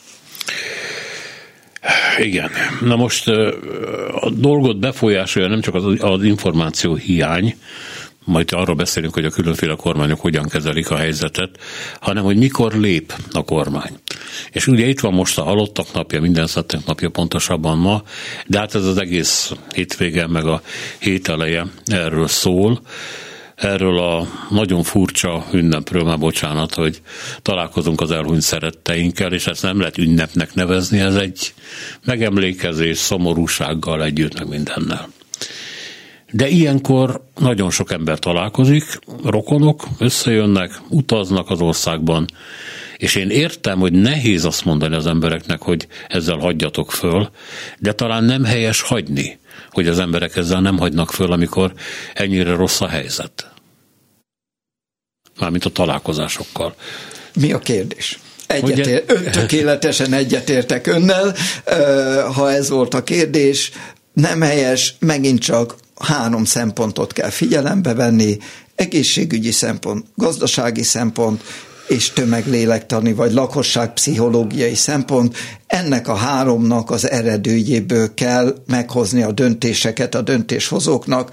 Igen. Na most a dolgot befolyásolja nem csak az információ hiány, majd arról beszélünk, hogy a különféle kormányok hogyan kezelik a helyzetet, hanem hogy mikor lép a kormány. És ugye itt van most a halottak napja, minden szettek napja pontosabban ma, de hát ez az egész hétvége, meg a hét eleje erről szól, erről a nagyon furcsa ünnepről, már bocsánat, hogy találkozunk az elhunyt szeretteinkkel, és ezt nem lehet ünnepnek nevezni, ez egy megemlékezés, szomorúsággal együtt, meg mindennel. De ilyenkor nagyon sok ember találkozik, rokonok összejönnek, utaznak az országban, és én értem, hogy nehéz azt mondani az embereknek, hogy ezzel hagyjatok föl, de talán nem helyes hagyni, hogy az emberek ezzel nem hagynak föl, amikor ennyire rossz a helyzet. Mármint a találkozásokkal. Mi a kérdés? Tökéletesen egyetértek önnel, ha ez volt a kérdés, nem helyes, megint csak 3 szempontot kell figyelembe venni, egészségügyi szempont, gazdasági szempont, és tömeglélektani vagy lakosságpszichológiai szempont. Ennek a 3-nak az eredőjéből kell meghozni a döntéseket a döntéshozóknak,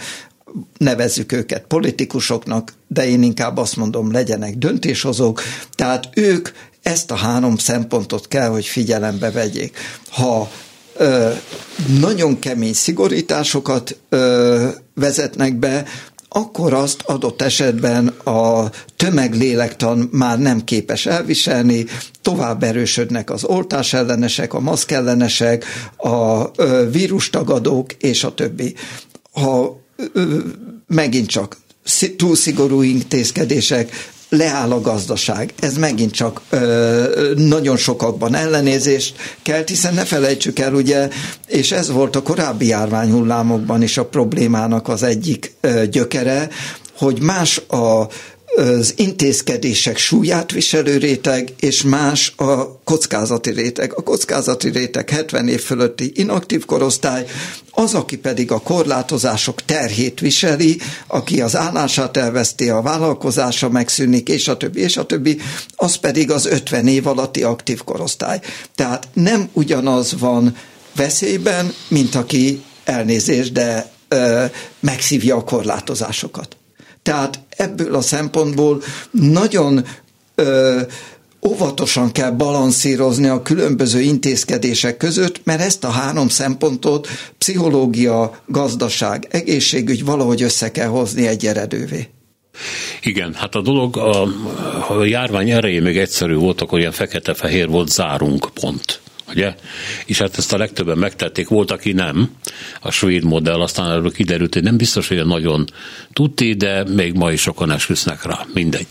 nevezzük őket politikusoknak, de én inkább azt mondom, legyenek döntéshozók, tehát ők ezt a 3 szempontot kell, hogy figyelembe vegyék. Ha nagyon kemény szigorításokat vezetnek be, akkor azt adott esetben a tömeglélektan már nem képes elviselni, tovább erősödnek az oltás ellenesek, a maszk ellenesek, a vírustagadók és a többi. Ha megint csak túl szigorú intézkedések, leáll a gazdaság. Ez megint csak nagyon sokakban ellenérzést kelt, hiszen ne felejtsük el, ugye, és ez volt a korábbi járványhullámokban is a problémának az egyik gyökere, hogy más az intézkedések súlyát viselő réteg, és más a kockázati réteg. A kockázati réteg 70 év fölötti inaktív korosztály, az, aki pedig a korlátozások terhét viseli, aki az állását elveszti, a vállalkozása megszűnik, és a többi, az pedig az 50 év alatti aktív korosztály. Tehát nem ugyanaz van veszélyben, mint aki elnézést, de megszívja a korlátozásokat. Tehát ebből a szempontból nagyon óvatosan kell balanszírozni a különböző intézkedések között, mert ezt a 3 szempontot pszichológia, gazdaság, egészségügy valahogy össze kell hozni egy eredővé. Igen, hát a dolog, a járvány erején még egyszerű volt, akkor ilyen fekete-fehér volt, zárunk, pont. Ugye? És hát ezt a legtöbben megtették, volt, aki nem, a svéd modell, aztán erről kiderült, hogy nem biztos, hogy nagyon tudti, de még ma is sokan esküsznek rá, mindegy.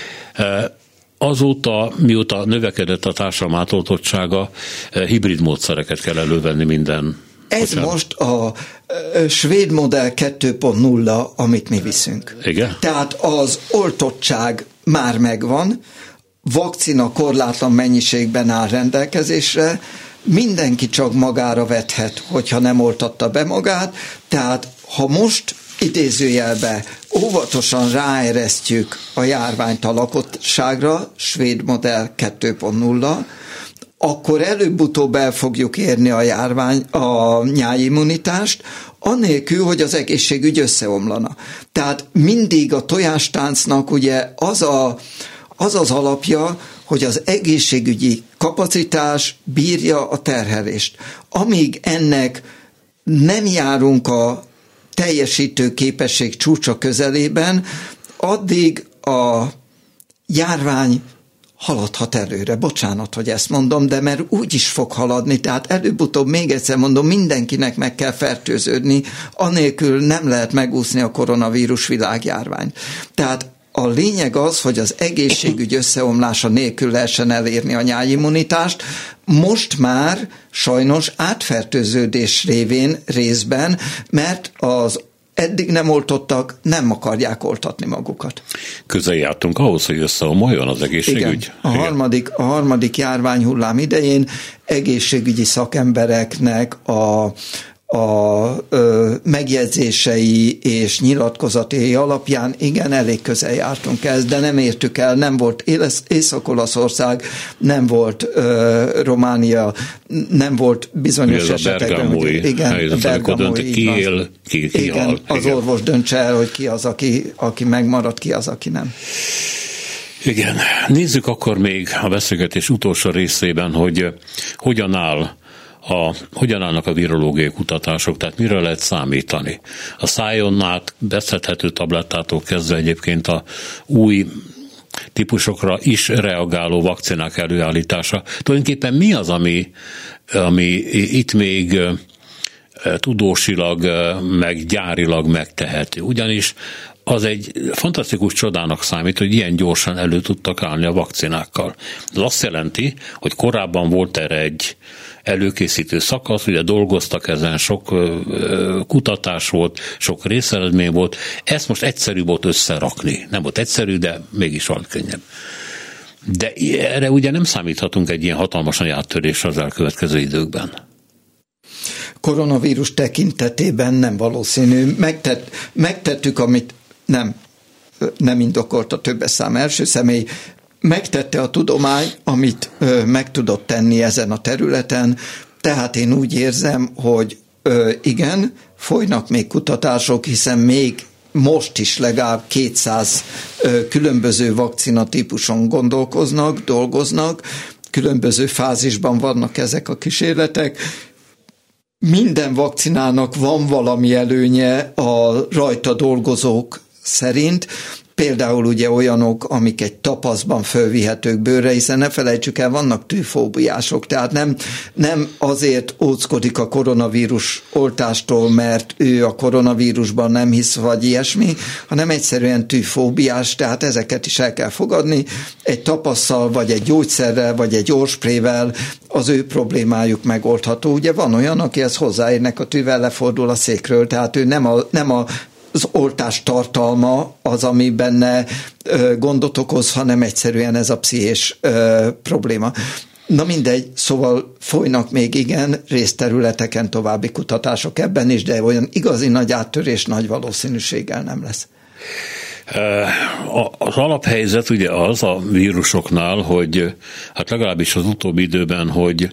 Azóta, mióta növekedett a társadalom átoltottsága, hibrid módszereket kell elővenni minden. Ez most a svéd modell 2.0, amit mi viszünk. Igen? Tehát az oltottság már megvan, vakcina korlátlan mennyiségben áll rendelkezésre, mindenki csak magára vethet, hogyha nem oltatta be magát, tehát ha most idézőjelbe óvatosan ráeresztjük a járványt a lakosságra, svéd modell 2.0, akkor előbb-utóbb el fogjuk érni a nyájimmunitást, anélkül, hogy az egészségügy összeomlana. Tehát mindig a tojástáncnak ugye az az alapja, hogy az egészségügyi kapacitás bírja a terhelést. Amíg ennek nem járunk a teljesítő képesség csúcsa közelében, addig a járvány haladhat előre. Bocsánat, hogy ezt mondom, de mert úgy is fog haladni, tehát előbb-utóbb még egyszer mondom, mindenkinek meg kell fertőződni, anélkül nem lehet megúszni a koronavírus világjárványt. Tehát a lényeg az, hogy az egészségügy összeomlása nélkül lehessen elérni a nyájimmunitást. Most már sajnos átfertőződés révén részben, mert az eddig nem oltottak, nem akarják oltatni magukat. Közel jártunk ahhoz, hogy összeomoljon az egészségügy? Igen. A harmadik járványhullám idején egészségügyi szakembereknek a megjegyzései és nyilatkozatai alapján igen, elég közel jártunk ehhez, de nem értük el, nem volt Észak-Olaszország, nem volt Románia, nem volt bizonyos esetekben. Igen, Bergamói, ki él, ki hal. Az orvos döntse el, hogy ki az, aki megmarad, ki az, aki nem. Igen, nézzük akkor még a beszélgetés utolsó részében, hogy hogyan állnak a virológiai kutatások, tehát mire lehet számítani. A szájon át beszedhető tablettától kezdve egyébként a új típusokra is reagáló vakcinák előállítása. Tulajdonképpen mi az, ami itt még tudósilag, meg gyárilag megtehető? Ugyanis az egy fantasztikus csodának számít, hogy ilyen gyorsan elő tudtak állni a vakcinákkal. Ez azt jelenti, hogy korábban volt erre egy előkészítő szakasz, ugye dolgoztak ezen, sok kutatás volt, sok részeredmény volt, ezt most egyszerű volt összerakni. Nem volt egyszerű, de mégis van könnyebb. De erre ugye nem számíthatunk egy ilyen hatalmas nagy áttörésre az elkövetkező időkben. Koronavírus tekintetében nem valószínű. Megtettük, amit nem indokolt a többes szám első személy, megtette a tudomány, amit meg tudott tenni ezen a területen, tehát én úgy érzem, hogy igen, folynak még kutatások, hiszen még most is legalább 200 különböző vakcinatípuson dolgoznak, különböző fázisban vannak ezek a kísérletek. Minden vakcinának van valami előnye a rajta dolgozók szerint, például ugye olyanok, amik egy tapaszban fölvihetők bőrre, hiszen ne felejtsük el, vannak tűfóbiások, tehát nem azért óckodik a koronavírus oltástól, mert ő a koronavírusban nem hisz, vagy ilyesmi, hanem egyszerűen tűfóbiás, tehát ezeket is el kell fogadni. Egy tapasszal, vagy egy gyógyszerrel, vagy egy orrsprével az ő problémájuk megoldható. Ugye van olyan, aki ezt hozzáérnek a tűvel, lefordul a székről, tehát ő nem az oltás tartalma az, ami benne gondot okoz, hanem egyszerűen ez a pszichés probléma. Na mindegy, szóval folynak még igen részterületeken további kutatások ebben is, de olyan igazi nagy áttörés nagy valószínűséggel nem lesz. Az alaphelyzet ugye az a vírusoknál, hogy hát legalábbis az utóbbi időben, hogy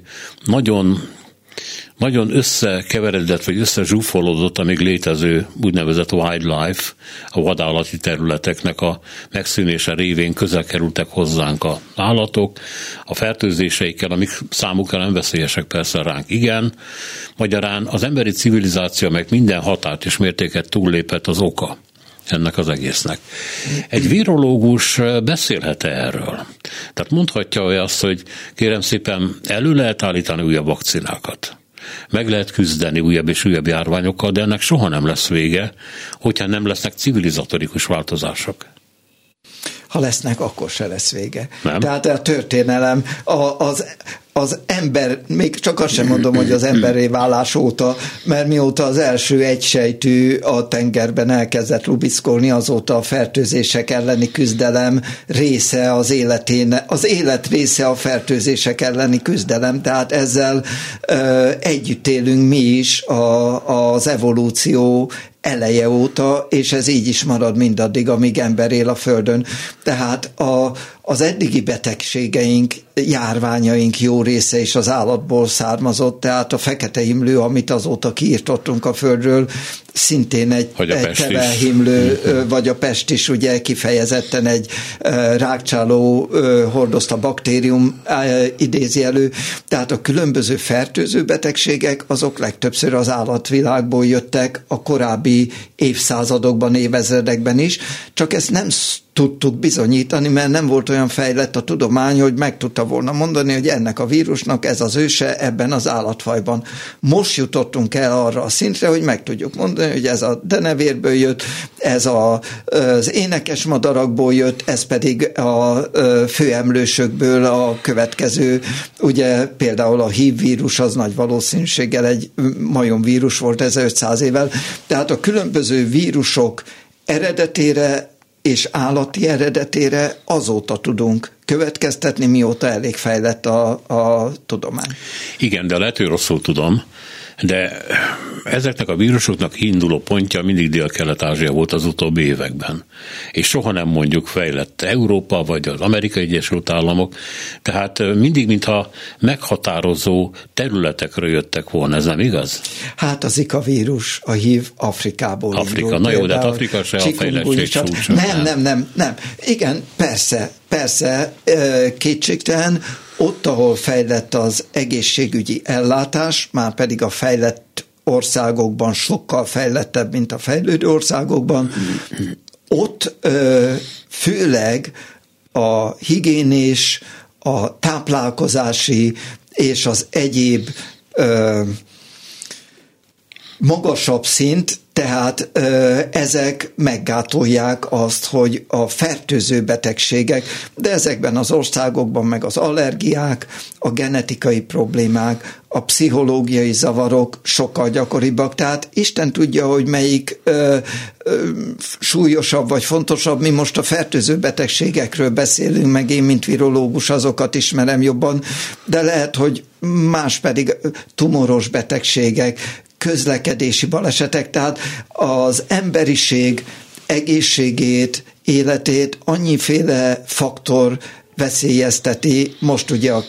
nagyon összekeveredett, vagy összezsúfolódott a még létező úgynevezett wildlife, a vadállati területeknek a megszűnése révén közel kerültek hozzánk az állatok, a fertőzéseikkel, amik számukra nem veszélyesek, persze ránk igen. Magyarán az emberi civilizáció meg minden határt és mértéket túllépett az oka ennek az egésznek. Egy virológus beszélhet erről? Tehát mondhatja azt, hogy kérem szépen, elő lehet állítani újabb vakcinákat. Meg lehet küzdeni újabb és újabb járványokkal, de ennek soha nem lesz vége, hogyha nem lesznek civilizatorikus változások. Ha lesznek, akkor se lesz vége. Nem? Tehát a történelem, az ember, még csak azt sem mondom, hogy az emberré válás óta, mert mióta az első egysejtű a tengerben elkezdett lubiszkolni, azóta a fertőzések elleni küzdelem része az élet része a fertőzések elleni küzdelem, tehát ezzel együtt élünk mi is az evolúció eleje óta, és ez így is marad mindaddig, amíg ember él a Földön. Tehát az eddigi betegségeink, járványaink jó része is az állatból származott, tehát a fekete himlő, amit azóta kiirtottunk a Földről, szintén egy tevehimlő, vagy a pest is ugye kifejezetten egy rákcsáló hordozta baktérium idézi elő. Tehát a különböző fertőző betegségek, azok legtöbbször az állatvilágból jöttek a korábbi évszázadokban, évezredekben is, csak ezt nem tudtuk bizonyítani, mert nem volt olyan fejlett a tudomány, hogy meg tudta volna mondani, hogy ennek a vírusnak ez az őse ebben az állatfajban. Most jutottunk el arra a szintre, hogy meg tudjuk mondani, hogy ez a denevérből jött, ez az énekes madarakból jött, ez pedig a főemlősökből a következő, ugye például a HIV vírus az nagy valószínűséggel egy majomvírus volt 1500 évvel. Tehát a különböző vírusok eredetére és állati eredetére azóta tudunk következtetni, mióta elég fejlett a tudomány. Igen, de lehet, hogy rosszul tudom, de ezeknek a vírusoknak kiinduló pontja mindig Dél-Kelet-Ázsia volt az utóbbi években. És soha nem mondjuk fejlett Európa, vagy az Amerikai Egyesült Államok, tehát mindig, mintha meghatározó területekről jöttek volna, ez nem igaz? Hát a Zika vírus, a HIV Afrikából Afrika, na jó, de hát Afrika se a fejlettség csúcsa. Nem. Igen, persze, kétségtelen, ott, ahol fejlett az egészségügyi ellátás, már pedig a fejlett országokban sokkal fejlettebb, mint a fejlődő országokban, ott főleg a higiénés, a táplálkozási és az egyéb magasabb szint, tehát ezek meggátolják azt, hogy a fertőző betegségek, de ezekben az országokban meg az allergiák, a genetikai problémák, a pszichológiai zavarok sokkal gyakoribbak. Tehát Isten tudja, hogy melyik súlyosabb vagy fontosabb. Mi most a fertőző betegségekről beszélünk, meg én, mint virológus, azokat ismerem jobban, de lehet, hogy más pedig tumoros betegségek, közlekedési balesetek, tehát az emberiség egészségét, életét annyiféle faktor veszélyezteti, most ugye a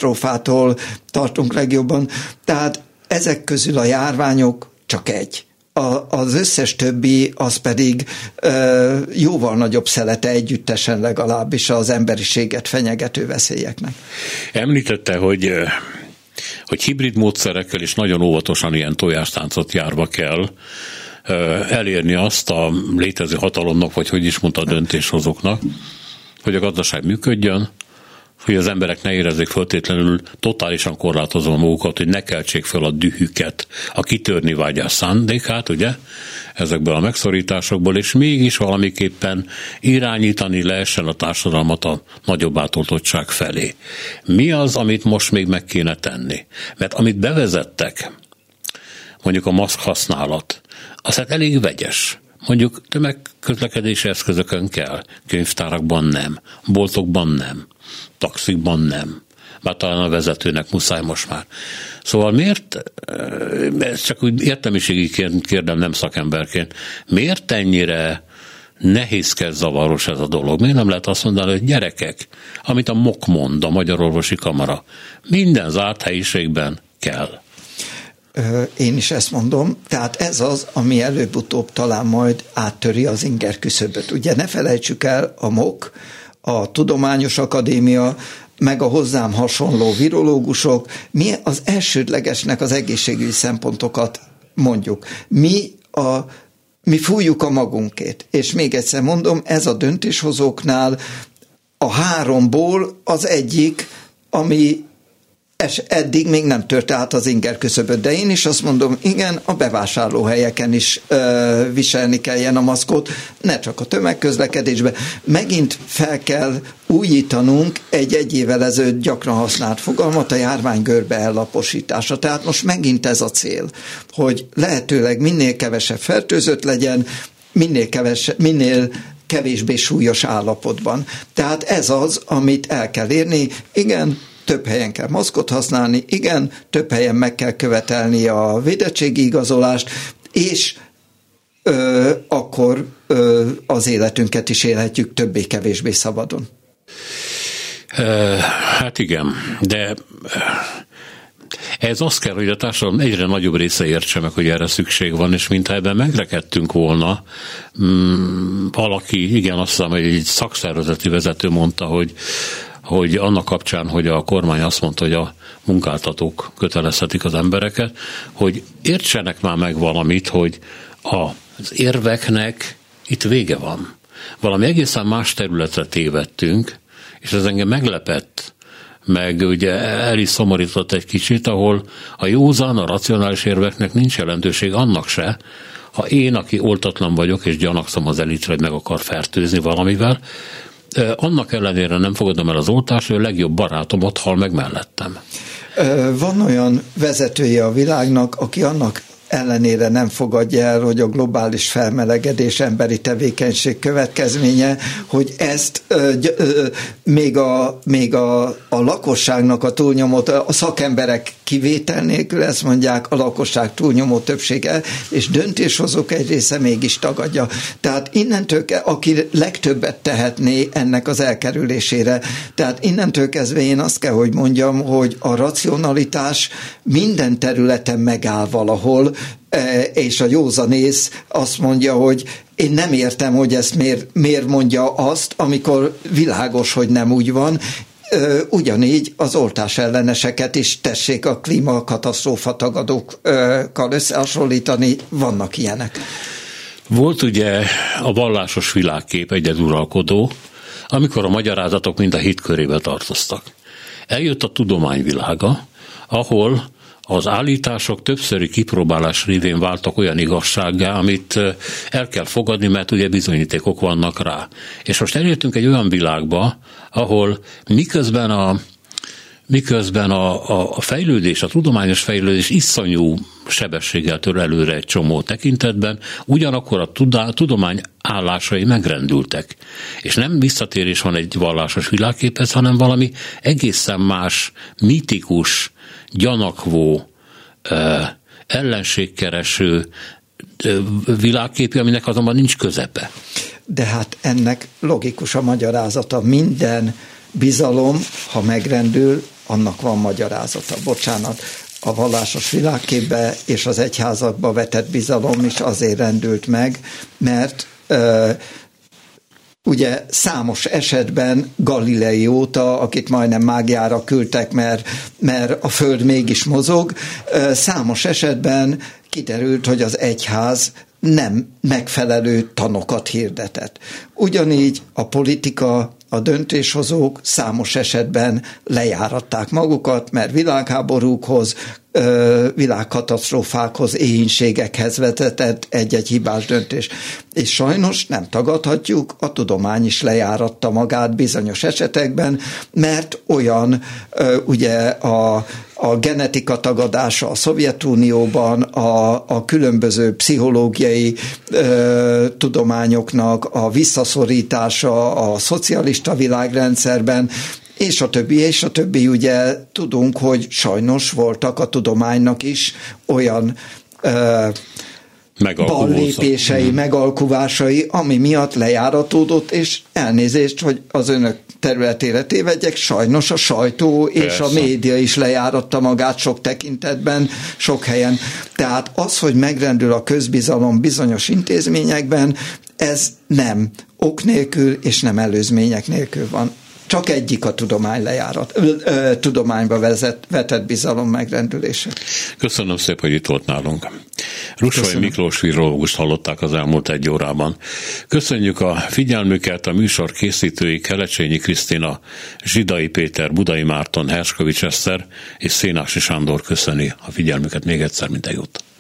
klímakatasztrófától tartunk legjobban, tehát ezek közül a járványok csak egy. az összes többi az pedig jóval nagyobb szelete együttesen legalábbis az emberiséget fenyegető veszélyeknek. Említette, hogy hibrid módszerekkel és nagyon óvatosan ilyen tojástáncot járva kell elérni azt a létező hatalomnak, vagy hogy is mondta, a döntéshozóknak, hogy a gazdaság működjön, hogy az emberek ne érezzék feltétlenül totálisan korlátozva magukat, hogy ne keltsék fel a dühüket, a kitörni vágyás szándékát, ugye, ezekből a megszorításokból, és mégis valamiképpen irányítani lehessen a társadalmat a nagyobb átoltottság felé. Mi az, amit most még meg kéne tenni? Mert amit bevezettek, mondjuk a maszk használat, az hát elég vegyes. Mondjuk tömegközlekedési eszközökön kell, könyvtárakban nem, boltokban nem, taxikban nem, bár talán a vezetőnek muszáj most már. Szóval miért, ezt csak úgy értelmiségiként kérdem, nem szakemberként, miért ennyire nehézkes, zavaros ez a dolog? Miért nem lehet azt mondani, hogy gyerekek, amit a MOK mond, a Magyar Orvosi Kamara, minden zárt helyiségben kell? Én is ezt mondom, tehát ez az, ami előbb-utóbb talán majd áttöri az inger küszöböt. Ugye ne felejtsük el, a MOK, a Tudományos Akadémia, meg a hozzám hasonló virológusok, mi az elsődlegesnek az egészségügyi szempontokat mondjuk. Mi fújjuk a magunkét. És még egyszer mondom, ez a döntéshozóknál a háromból az egyik, ami eddig még nem tört át az inger küszöböt, de én is azt mondom, igen, a bevásárlóhelyeken is viselni kelljen a maszkot, ne csak a tömegközlekedésben. Megint fel kell újítanunk egy évvel ezelőtt gyakran használt fogalmat, a járvány görbe ellaposítása. Tehát most megint ez a cél, hogy lehetőleg minél kevesebb fertőzött legyen, minél kevésbé súlyos állapotban. Tehát ez az, amit el kell érni. Igen, több helyen kell maszkot használni, igen, több helyen meg kell követelni a védettségi igazolást, és akkor az életünket is élhetjük többé-kevésbé szabadon. Hát igen, de ez azt kell, hogy a társadalom egyre nagyobb része értse meg, hogy erre szükség van, és mintha ebben megrekedtünk volna, valaki, igen, azt hiszem, hogy egy szakszervezeti vezető mondta, hogy annak kapcsán, hogy a kormány azt mondta, hogy a munkáltatók kötelezhetik az embereket, hogy értsenek már meg valamit, hogy az érveknek itt vége van. Valami egészen más területre tévedtünk, és ez engem meglepett, meg ugye el is szomorított egy kicsit, ahol a józan, a racionális érveknek nincs jelentőség annak se, ha én, aki oltatlan vagyok, és gyanakszom az elitre, hogy meg akar fertőzni valamivel, annak ellenére nem fogadom el az oltást, hogy a legjobb barátomat hal meg mellettem. Van olyan vezetője a világnak, aki annak ellenére nem fogadja el, hogy a globális felmelegedés emberi tevékenység következménye, hogy ezt még a lakosságnak a túlnyomó, a szakemberek kivétel nélkül ezt mondják, a lakosság túlnyomó többsége, és döntéshozók egy része mégis tagadja. Tehát innentől, aki legtöbbet tehetné ennek az elkerülésére, tehát innentől kezdve én azt kell, hogy mondjam, hogy a racionalitás minden területen megáll valahol, és a józanész azt mondja, hogy én nem értem, hogy ezt miért mondja azt, amikor világos, hogy nem úgy van. Ugyanígy az oltás elleneseket is tessék a klímakatasztrófa tagadókkal összehasonlítani, vannak ilyenek. Volt ugye a vallásos világkép egyeduralkodó, amikor a magyarázatok mind a hit körébe tartoztak. Eljött a tudományvilága, ahol az állítások többszöri kipróbálás révén váltak olyan igazsággá, amit el kell fogadni, mert ugye bizonyítékok vannak rá. És most elértünk egy olyan világba, ahol miközben a fejlődés, a tudományos fejlődés iszonyú sebességgel tör előre egy csomó tekintetben, ugyanakkor a tudomány állásai megrendültek. És nem visszatérés van egy vallásos világképhez, hanem valami egészen más, mitikus, gyanakvó, ellenségkereső világképi, aminek azonban nincs közepe. De hát ennek logikus a magyarázata. Minden bizalom, ha megrendül, annak van magyarázata. Bocsánat. a vallásos világképbe és az egyházakba vetett bizalom is azért rendült meg, mert ugye számos esetben Galilei óta, akit majdnem mágiára küldtek, mert a Föld mégis mozog, számos esetben kiderült, hogy az egyház nem megfelelő tanokat hirdetett. Ugyanígy a politika, a döntéshozók számos esetben lejáratták magukat, mert világháborúkhoz, világkatasztrófákhoz, éhínségekhez vezetett egy-egy hibás döntés. És sajnos nem tagadhatjuk, a tudomány is lejáratta magát bizonyos esetekben, mert olyan ugye a genetika tagadása a Szovjetunióban, a különböző pszichológiai tudományoknak a visszaszorítása a szocialista világrendszerben, és a többi, ugye tudunk, hogy sajnos voltak a tudománynak is olyan ballépései, megalkuvásai, ami miatt lejáratódott, és elnézést, hogy az önök területére tévedjek, sajnos a sajtó és a média is lejáratta magát sok tekintetben, sok helyen. Tehát az, hogy megrendül a közbizalom bizonyos intézményekben, ez nem ok nélkül és nem előzmények nélkül van. Csak egyik a tudományba vetett bizalom megrendülése. Köszönöm szépen, hogy itt volt nálunk. Russai Miklós virológust hallották az elmúlt egy órában. Köszönjük a figyelmüket, a műsor készítői Kelecsényi Krisztina, Zsidai Péter, Budai Márton, Herskovics Eszter és Szénási Sándor köszöni a figyelmüket még egyszer, minden jót.